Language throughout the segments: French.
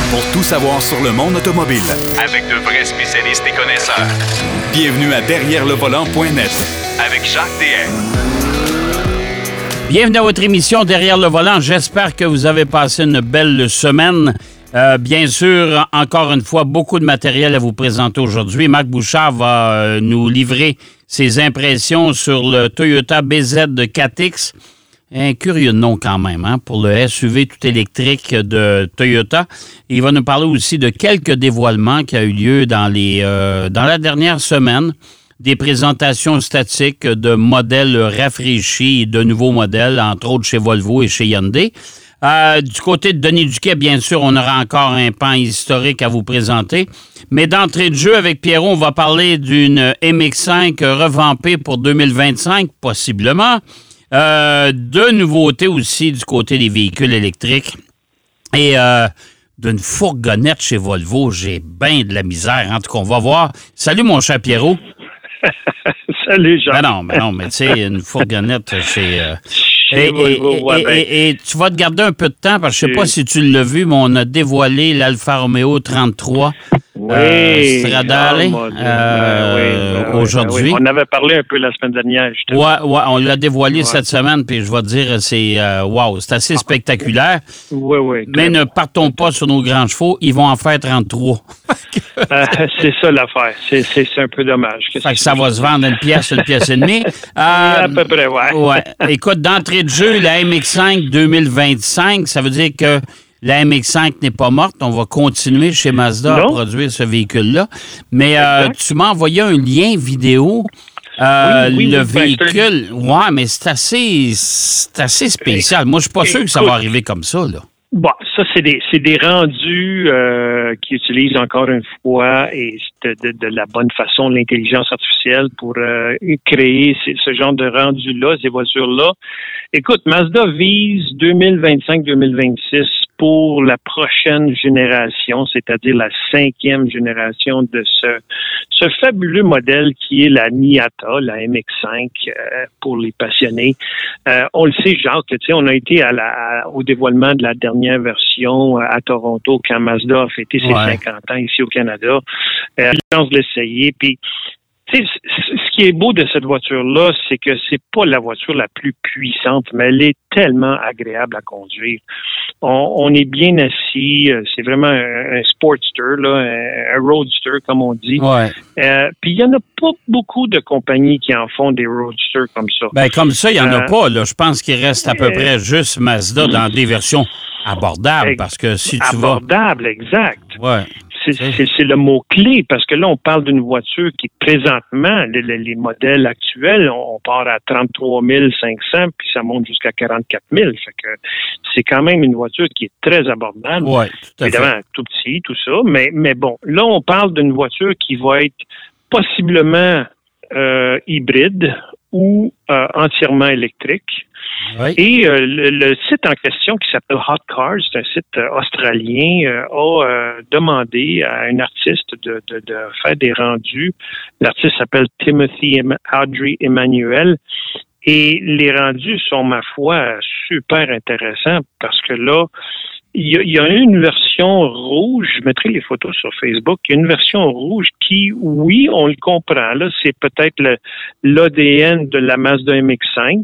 pour tout savoir sur le monde automobile. Avec de vrais spécialistes et connaisseurs. Bienvenue à DerrièreLeVolant.net avec Jacques DM. Bienvenue à votre émission Derrière le volant. J'espère que vous avez passé une belle semaine. Bien sûr, encore une fois, beaucoup de matériel à vous présenter aujourd'hui. Marc Bouchard va nous livrer ses impressions sur le Toyota BZ 4X. Un curieux nom quand même, hein, pour le SUV tout électrique de Toyota. Il va nous parler aussi de quelques dévoilements qui ont eu lieu dans la dernière semaine. Des présentations statiques de modèles rafraîchis et de nouveaux modèles, entre autres chez Volvo et chez Hyundai. Du côté de Denis Duquet, bien sûr, on aura encore un pan historique à vous présenter. Mais d'entrée de jeu, avec Pierrot, on va parler d'une MX-5 revampée pour 2025, possiblement. De nouveautés aussi du côté des véhicules électriques. Et d'une fourgonnette chez Volvo, j'ai bien de la misère. En tout cas, on va voir. Salut, mon cher Pierrot. Salut, Jean. Ben non, mais tu sais, une fourgonnette chez... Et tu vas te garder un peu de temps, parce que je ne sais pas si tu l'as vu, mais on a dévoilé l'Alfa Romeo 33 Stradale aujourd'hui. On avait parlé un peu la semaine dernière, justement. Ouais, on l'a dévoilé cette semaine, puis je vais te dire, c'est assez spectaculaire. Oui. Mais ne partons pas sur nos grands chevaux, ils vont en faire 33. C'est ça l'affaire. C'est un peu dommage. Fait que ça va se vendre une pièce et demie. À peu près, ouais. Écoute, d'entrée de jeu, la MX-5 2025, ça veut dire que la MX-5 n'est pas morte. On va continuer chez Mazda à produire ce véhicule-là. Mais tu m'as envoyé un lien vidéo. Le véhicule, mais c'est assez spécial. Moi, je suis pas sûr que ça va arriver comme ça, là. Bon, ça, c'est des rendus qui utilisent encore une fois et de la bonne façon l'intelligence artificielle pour créer ce genre de rendus-là, ces voitures-là. Écoute, Mazda vise 2025-2026 pour la prochaine génération, c'est-à-dire la 5e génération de ce fabuleux modèle qui est la Miata, la MX-5 pour les passionnés. On le sait, Jacques, tu sais, on a été au dévoilement de la dernière version à Toronto quand Mazda a fêté ses 50 ans ici au Canada. J'ai eu la chance de l'essayer, puis tu sais, ce qui est beau de cette voiture-là, c'est que c'est pas la voiture la plus puissante, mais elle est tellement agréable à conduire. On est bien assis, c'est vraiment un sportster, là, un roadster, comme on dit. Ouais. Puis il y en a pas beaucoup de compagnies qui en font des roadsters comme ça. Ben comme ça, il y en a pas, là. Je pense qu'il reste à peu près juste Mazda dans des versions abordables, parce que si tu abordable, exact. Ouais. C'est le mot-clé, parce que là, on parle d'une voiture qui, présentement, les modèles actuels, on part à 33 500, puis ça monte jusqu'à 44 000. Fait que c'est quand même une voiture qui est très abordable. Oui, tout à fait. Évidemment, tout petit, tout ça. Mais bon, là, on parle d'une voiture qui va être possiblement hybride ou entièrement électrique. Oui. Et le site en question, qui s'appelle Hot Cars, c'est un site australien, a demandé à un artiste de faire des rendus. L'artiste s'appelle Timothy Audrey Emmanuel. Et les rendus sont, ma foi, super intéressants parce que là, il y a une version rouge, je mettrai les photos sur Facebook, il y a une version rouge qui, oui, on le comprend, là, c'est peut-être l'ADN de la Mazda MX-5.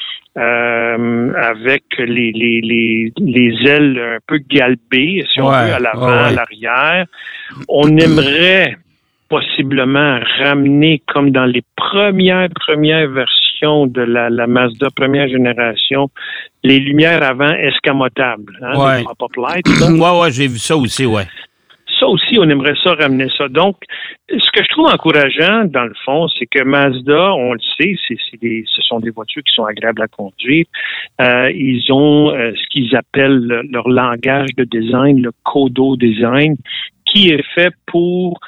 Avec les ailes un peu galbées, si on veut, à l'avant, à l'arrière. On aimerait possiblement ramener, comme dans les premières versions de la Mazda première génération, les lumières avant escamotables. Les pop-up lights. Ouais, j'ai vu ça aussi, ouais. Ça aussi, on aimerait ça ramener ça. Donc, ce que je trouve encourageant, dans le fond, c'est que Mazda, on le sait, ce sont des voitures qui sont agréables à conduire. Ils ont ce qu'ils appellent leur langage de design, le Kodo design, qui est fait pour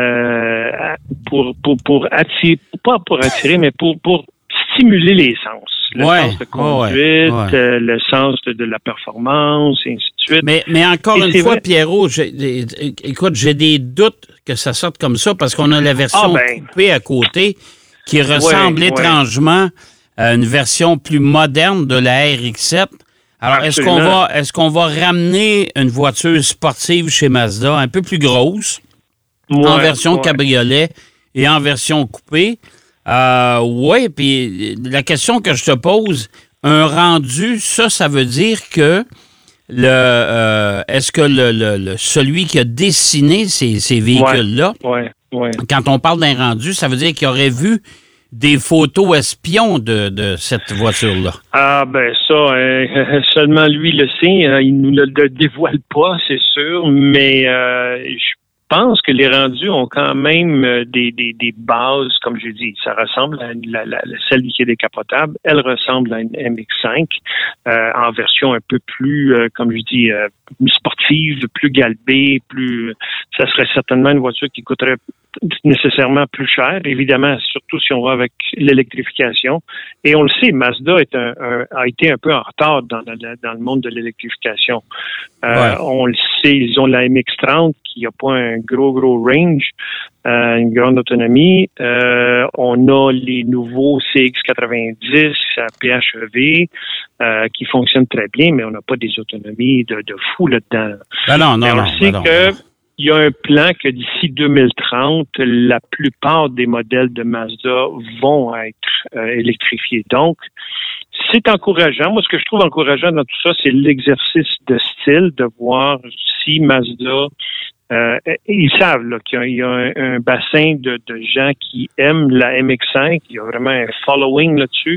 attirer, pas pour attirer, mais pour stimuler les sens. Le sens de conduite, le sens de la performance, et ainsi de suite. Mais encore une fois, Pierrot, écoute, j'ai des doutes que ça sorte comme ça parce qu'on a la version coupée à côté qui ressemble étrangement à une version plus moderne de la RX-7 Alors, est-ce qu'on va ramener une voiture sportive chez Mazda un peu plus grosse, en version cabriolet et en version coupée? Oui, puis la question que je te pose, un rendu, ça veut dire que est-ce que celui qui a dessiné ces véhicules-là, quand on parle d'un rendu, ça veut dire qu'il aurait vu des photos espions de cette voiture-là? Ah, ben ça, seulement lui le sait. Il nous le dévoile pas, c'est sûr, mais je pense que les rendus ont quand même des bases, comme je dis. Ça ressemble à celle qui est décapotable. Elle ressemble à une MX-5 en version un peu plus, comme je dis, sportive, plus galbée, ça serait certainement une voiture qui coûterait nécessairement plus cher, évidemment, surtout si on va avec l'électrification. Et on le sait, Mazda a été un peu en retard dans le monde de l'électrification. On le sait, ils ont la MX-30 qui n'a pas un gros range, une grande autonomie. On a les nouveaux CX-90 à PHEV qui fonctionnent très bien, mais on n'a pas des autonomies de fou là-dedans. Non. On sait que il y a un plan que d'ici 2030, la plupart des modèles de Mazda vont être électrifiés. Donc, c'est encourageant. Moi, ce que je trouve encourageant dans tout ça, c'est l'exercice de style, de voir si Mazda, ils savent là, qu'il y a un bassin de gens qui aiment la MX-5. Il y a vraiment un following là-dessus.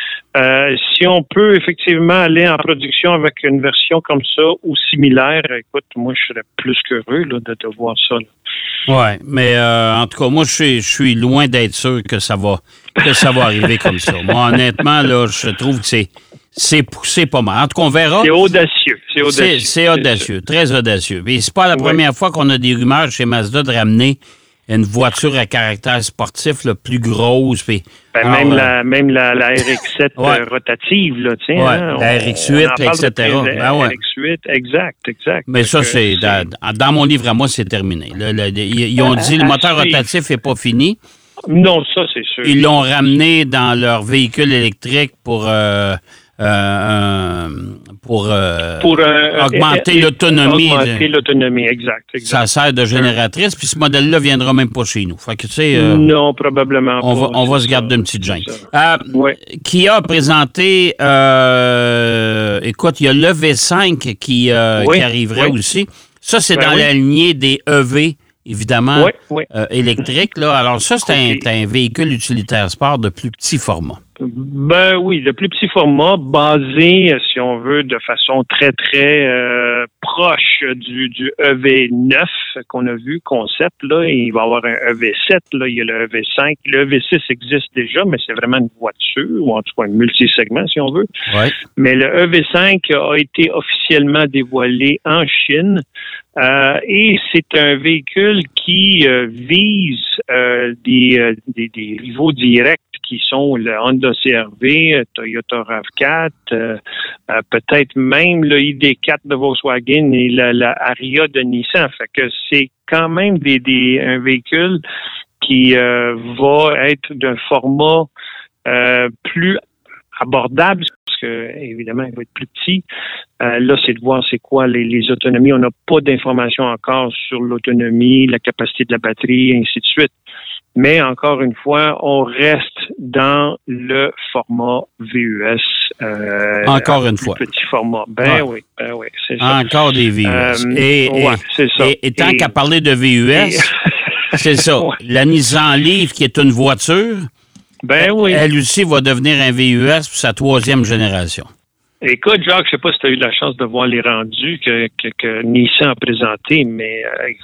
Si on peut effectivement aller en production avec une version comme ça ou similaire, écoute, moi, je serais plus qu'heureux là, de voir ça. Oui, mais en tout cas, moi, je suis loin d'être sûr que ça va arriver comme ça. Moi, honnêtement, là, je trouve que c'est poussé pas mal. En tout cas, on verra. C'est audacieux. C'est audacieux, très audacieux. Mais c'est pas la première fois qu'on a des rumeurs chez Mazda de ramener une voiture à caractère sportif là, plus grosse. Puis, même la RX-7 rotative, là, tu sais. La RX-8, etc. RX-8, exact. Mais ça, c'est dans mon livre à moi, c'est terminé. Ils ont dit le moteur rotatif n'est pas fini. Non, ça, c'est sûr. Ils l'ont ramené dans leur véhicule électrique pour augmenter l'autonomie. Augmenter l'autonomie, exact. Ça sert de génératrice, puis ce modèle-là ne viendra même pas chez nous. Fait que, tu sais, non, probablement pas. On va se garder une petite gêne. Kia a présenté, écoute, il y a le V5 qui arriverait aussi. Ça, c'est dans la lignée des EV, évidemment, électriques. Là. Alors ça, c'est un véhicule utilitaire sport de plus petit format. Ben oui, de plus petit format, basé, si on veut, de façon très, très proche du EV9 qu'on a vu, concept. Là. Il va y avoir un EV7, là, il y a le EV5. Le EV6 existe déjà, mais c'est vraiment une voiture, ou en tout cas un multisegment, si on veut. Ouais. Mais le EV5 a été officiellement dévoilé en Chine. Et c'est un véhicule qui vise des rivaux directs qui sont le Honda CR-V, Toyota RAV4, peut-être même le ID4 de Volkswagen et la Ariya de Nissan. Fait que c'est quand même un véhicule qui va être d'un format plus abordable, parce que évidemment, il va être plus petit. Là, c'est de voir c'est quoi les autonomies. On n'a pas d'informations encore sur l'autonomie, la capacité de la batterie, et ainsi de suite. Mais encore une fois, on reste dans le format VUS. Encore une fois. Petit format. Oui, c'est ça. Encore des VUS. C'est ça. Et tant qu'à parler de VUS, c'est ça. La Nissan Leaf, qui est une voiture, elle aussi va devenir un VUS pour sa 3e génération. Écoute, Jacques, je sais pas si tu as eu la chance de voir les rendus que Nissan a présentés, mais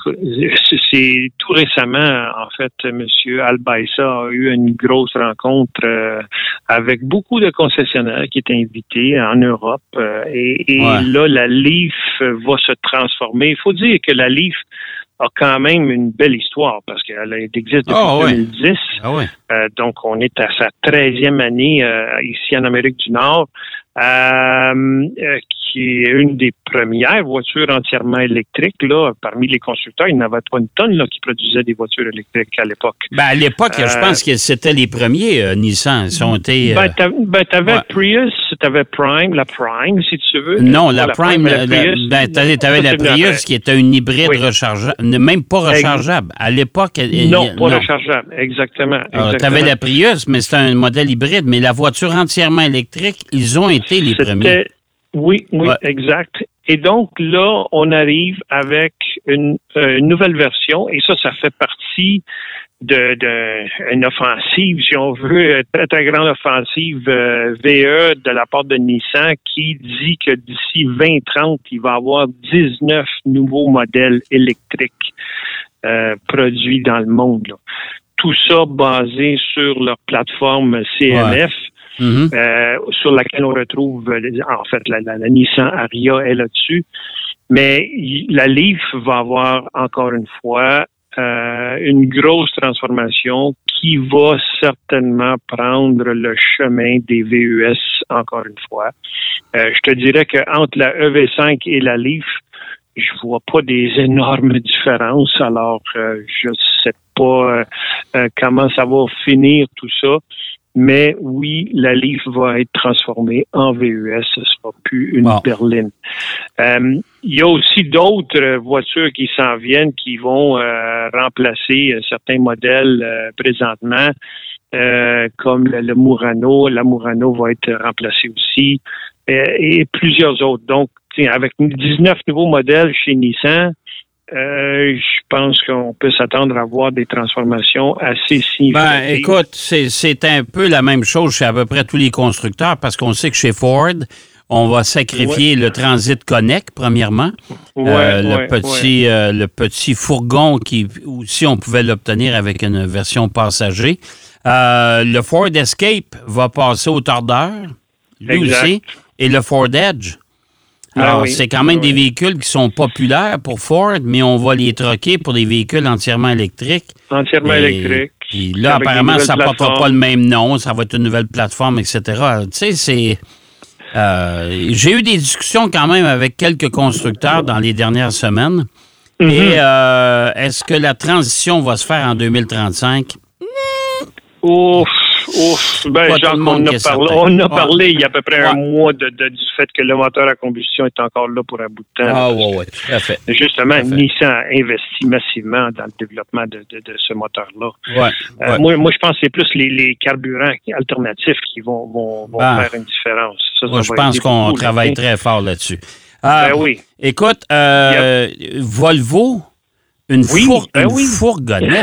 c'est tout récemment, en fait, M. Albaïsa a eu une grosse rencontre avec beaucoup de concessionnaires qui étaient invités en Europe. Là, la Leaf va se transformer. Il faut dire que la Leaf a quand même une belle histoire parce qu'elle existe depuis 2010. Donc, on est à sa 13e année ici en Amérique du Nord. qui est une des premières voitures entièrement électriques. Là, parmi les constructeurs, il n'y en avait pas une tonne là, qui produisaient des voitures électriques à l'époque. Ben, à l'époque, je pense que c'était les premiers, Nissan. Ils ont été... t'avais Prius, t'avais Prime, la Prime, si tu veux. Non, la Prime, t'avais la Prius qui était une hybride rechargeable, même pas rechargeable. À l'époque... rechargeable, exactement. T'avais la Prius, mais c'était un modèle hybride, mais la voiture entièrement électrique, ils ont été les premiers. Oui, exact. Et donc, là, on arrive avec une nouvelle version, et ça fait partie d'une offensive, si on veut, très, très grande offensive VE de la part de Nissan qui dit que d'ici 2030, il va y avoir 19 nouveaux modèles électriques produits dans le monde. Là. Tout ça basé sur leur plateforme CMF. Sur laquelle on retrouve, en fait, la Nissan Ariya est là-dessus. Mais la Leaf va avoir, encore une fois, une grosse transformation qui va certainement prendre le chemin des VUS, encore une fois. Je te dirais qu'entre la EV5 et la Leaf, je vois pas des énormes différences. Alors, je sais pas comment ça va finir tout ça. Mais oui, la Leaf va être transformée en VUS. Ce sera plus une berline. Il y a aussi d'autres voitures qui s'en viennent qui vont remplacer certains modèles présentement, comme le Murano. La Murano va être remplacée aussi et plusieurs autres. Donc, avec 19 nouveaux modèles chez Nissan, je pense qu'on peut s'attendre à voir des transformations assez significatives. Ben, écoute, c'est un peu la même chose chez à peu près tous les constructeurs parce qu'on sait que chez Ford, on va sacrifier le Transit Connect, premièrement. Le petit fourgon qui aussi, on pouvait l'obtenir avec une version passager. Le Ford Escape va passer au tordeur, lui aussi, et le Ford Edge. Alors, c'est quand même des véhicules qui sont populaires pour Ford, mais on va les troquer pour des véhicules entièrement électriques. Électriques. Puis là, apparemment, ça ne portera pas le même nom, ça va être une nouvelle plateforme, etc. Tu sais, c'est... j'ai eu des discussions quand même avec quelques constructeurs dans les dernières semaines. Et est-ce que la transition va se faire en 2035? Ben, genre, on a parlé il y a à peu près un mois du fait que le moteur à combustion est encore là pour un bout de temps. Oui, tout à fait. Justement, Nissan a investi massivement dans le développement de ce moteur-là. Moi, je pense que c'est plus les carburants alternatifs qui vont faire une différence. Je pense qu'on travaille très fort là-dessus. Écoute, Volvo, une fourgonnette.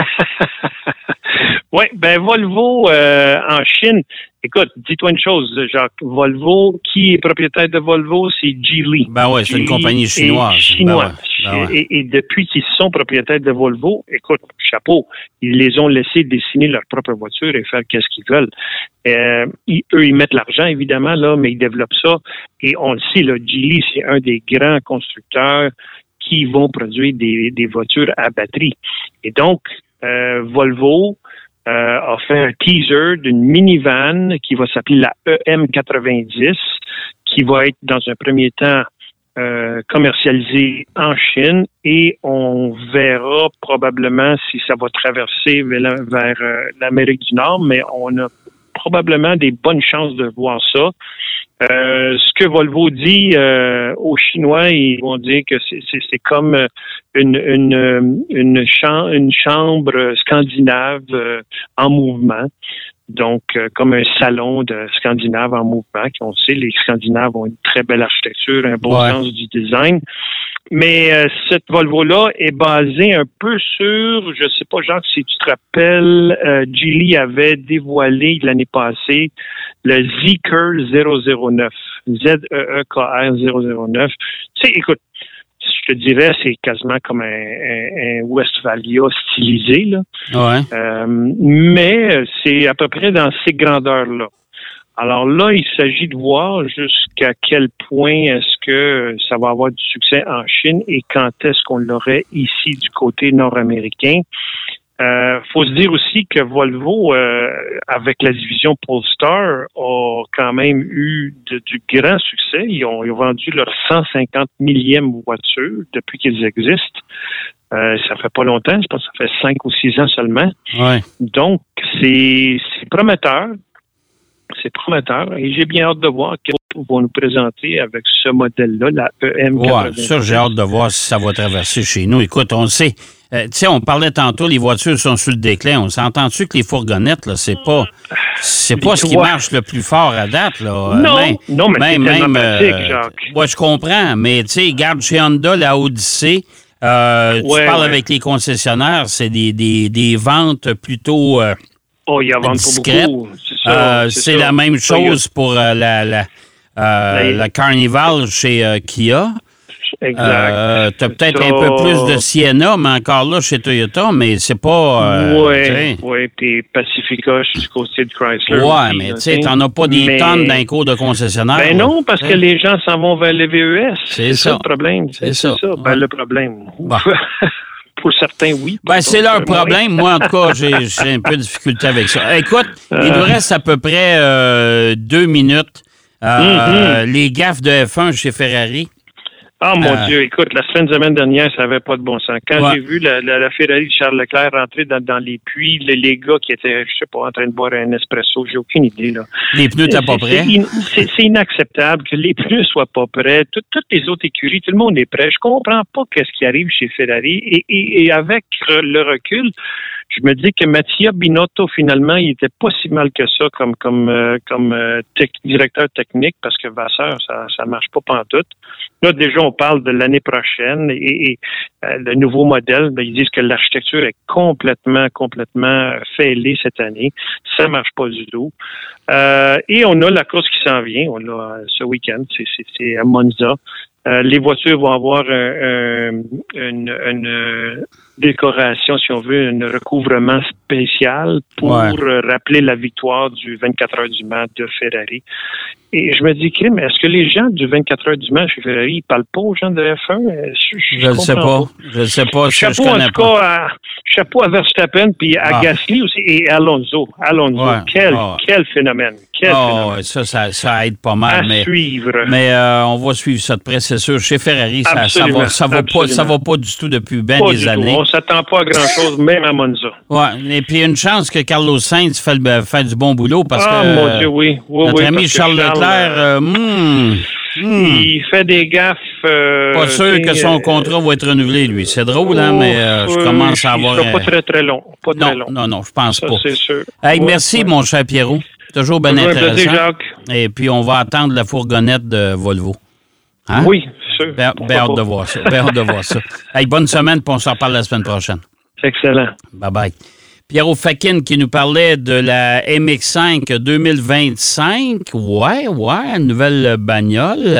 Oui, Volvo en Chine, écoute, dis-toi une chose, Jacques, Volvo, qui est propriétaire de Volvo, c'est Geely. C'est une compagnie chinoise. Et depuis qu'ils sont propriétaires de Volvo, écoute, chapeau, ils les ont laissés dessiner leur propre voiture et faire qu'est-ce qu'ils veulent. Eux, ils mettent l'argent, évidemment, là, mais ils développent ça. Et on le sait, là, Geely, c'est un des grands constructeurs qui vont produire des voitures à batterie. Et donc, Volvo a fait un teaser d'une minivan qui va s'appeler la EM90, qui va être dans un premier temps commercialisée en Chine et on verra probablement si ça va traverser vers l'Amérique du Nord, mais on a probablement des bonnes chances de voir ça. Ce que Volvo dit aux Chinois, ils vont dire que c'est comme une chambre scandinave en mouvement. Donc, comme un salon de Scandinaves en mouvement. On sait, les Scandinaves ont une très belle architecture, un beau sens du design. Mais cette Volvo-là est basée un peu sur, je sais pas, Jacques, si tu te rappelles, Geely avait dévoilé l'année passée le Zeekr 009, Zeekr 009. Tu sais, écoute, je te dirais, c'est quasiment comme un Westphalia stylisé, là. Mais c'est à peu près dans ces grandeurs-là. Alors là, il s'agit de voir jusqu'à quel point est-ce que ça va avoir du succès en Chine et quand est-ce qu'on l'aurait ici du côté nord-américain. Faut se dire aussi que Volvo, avec la division Polestar, a quand même eu du grand succès. Ils ont vendu leur 150 millième voiture depuis qu'ils existent. Ça fait pas longtemps, je pense que ça fait 5 ou 6 ans seulement. Ouais. Donc, c'est prometteur. C'est prometteur. Et j'ai bien hâte de voir qu'ils vont nous présenter avec ce modèle-là, la EM80. Ouais, ça, j'ai hâte de voir si ça va traverser chez nous. Écoute, on le sait. Tu sais, on parlait tantôt, les voitures sont sur le déclin. On s'entend-tu que les fourgonnettes, là, c'est pas ce qui marche le plus fort à date, là. Non, mais c'est tellement pratique, Jacques. Ouais, je comprends, mais tu sais, regarde chez Honda, la Odyssey, tu parles avec les concessionnaires, c'est des ventes plutôt ils en vendent discrètes. pas beaucoup. C'est la même chose pour la Carnival chez Kia. Exact. Tu as peut-être un peu plus de Sienna, mais encore là, chez Toyota, mais c'est pas... oui, puis Pacifica, je suis du côté de Chrysler. Oui, mais tu sais, t'en as pas des tonnes d'un cours de concessionnaire. Ben non, parce que les gens s'en vont vers les VES. C'est ça le problème. C'est ça. Ben, le problème. Bon. Pour certains, oui. Ben, c'est leur problème. Moi, en tout cas, j'ai un peu de difficulté avec ça. Écoute, il nous reste à peu près 2 minutes. Les gaffes de F1 chez Ferrari. Ah, mon Dieu, écoute, la semaine dernière, ça n'avait pas de bon sens. Quand j'ai vu la Ferrari de Charles Leclerc rentrer dans les puits, les gars qui étaient, je sais pas, en train de boire un espresso, j'ai aucune idée, là. Les pneus n'étaient pas prêts. C'est inacceptable que les pneus soient pas prêts. Toutes les autres écuries, tout le monde est prêt. Je comprends pas qu'est-ce qui arrive chez Ferrari. Et avec le recul, je me dis que Mattia Binotto, finalement, il était pas si mal que ça comme directeur technique, parce que Vasseur, ça marche pas pantoute. Là, déjà, on parle de l'année prochaine et le nouveau modèle, ils disent que l'architecture est complètement fêlée cette année. Ça marche pas du tout. Et on a la course qui s'en vient. On l'a ce week-end. C'est à Monza. Les voitures vont avoir une décoration, si on veut, un recouvrement spécial pour rappeler la victoire du 24 heures du Mans de Ferrari. Et je me dis, Kim, est-ce que les gens du 24 heures du Mans chez Ferrari, ils parlent pas aux gens de F1? Je ne sais pas. Je ne sais pas. Chapeau, en tout cas, chapeau à Verstappen puis à Gasly aussi et Alonso. Quel phénomène. Phénomène. Ça aide pas mal. À suivre. Mais on va suivre ça de près, c'est sûr. Chez Ferrari, ça va pas du tout depuis bien des années. On s'attend pas à grand-chose, même à Monza. Oui, et puis une chance que Carlos Sainz fait du bon boulot parce que mon Dieu, oui. Notre ami Charles Leclerc, il fait des gaffes. Pas sûr que son contrat va être renouvelé, lui. C'est drôle, mais je commence à avoir... Il sera pas très, très long. Non, je pense pas. C'est sûr. Hey, merci, mon cher Pierrot. Toujours bien intéressant. Plaisir, Jacques. Et puis, on va attendre la fourgonnette de Volvo. Hein? Oui, c'est sûr. Bien hâte de voir ça. Hey, bonne semaine, puis on s'en reparle la semaine prochaine. Excellent. Bye-bye. Pierrot Fakin qui nous parlait de la MX5 2025. Ouais, une nouvelle bagnole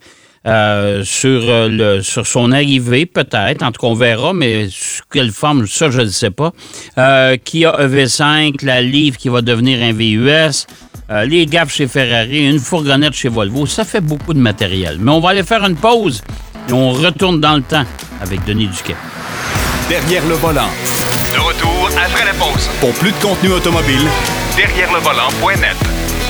sur son arrivée, peut-être. En tout cas, on verra, mais sous quelle forme, ça, je ne sais pas. Kia EV5, la Leaf qui va devenir un VUS, les gaffes chez Ferrari, une fourgonnette chez Volvo. Ça fait beaucoup de matériel. Mais on va aller faire une pause et on retourne dans le temps avec Denis Duquet. Derrière le volant. De retour après la pause. Pour plus de contenu automobile, Derrière le volant.net.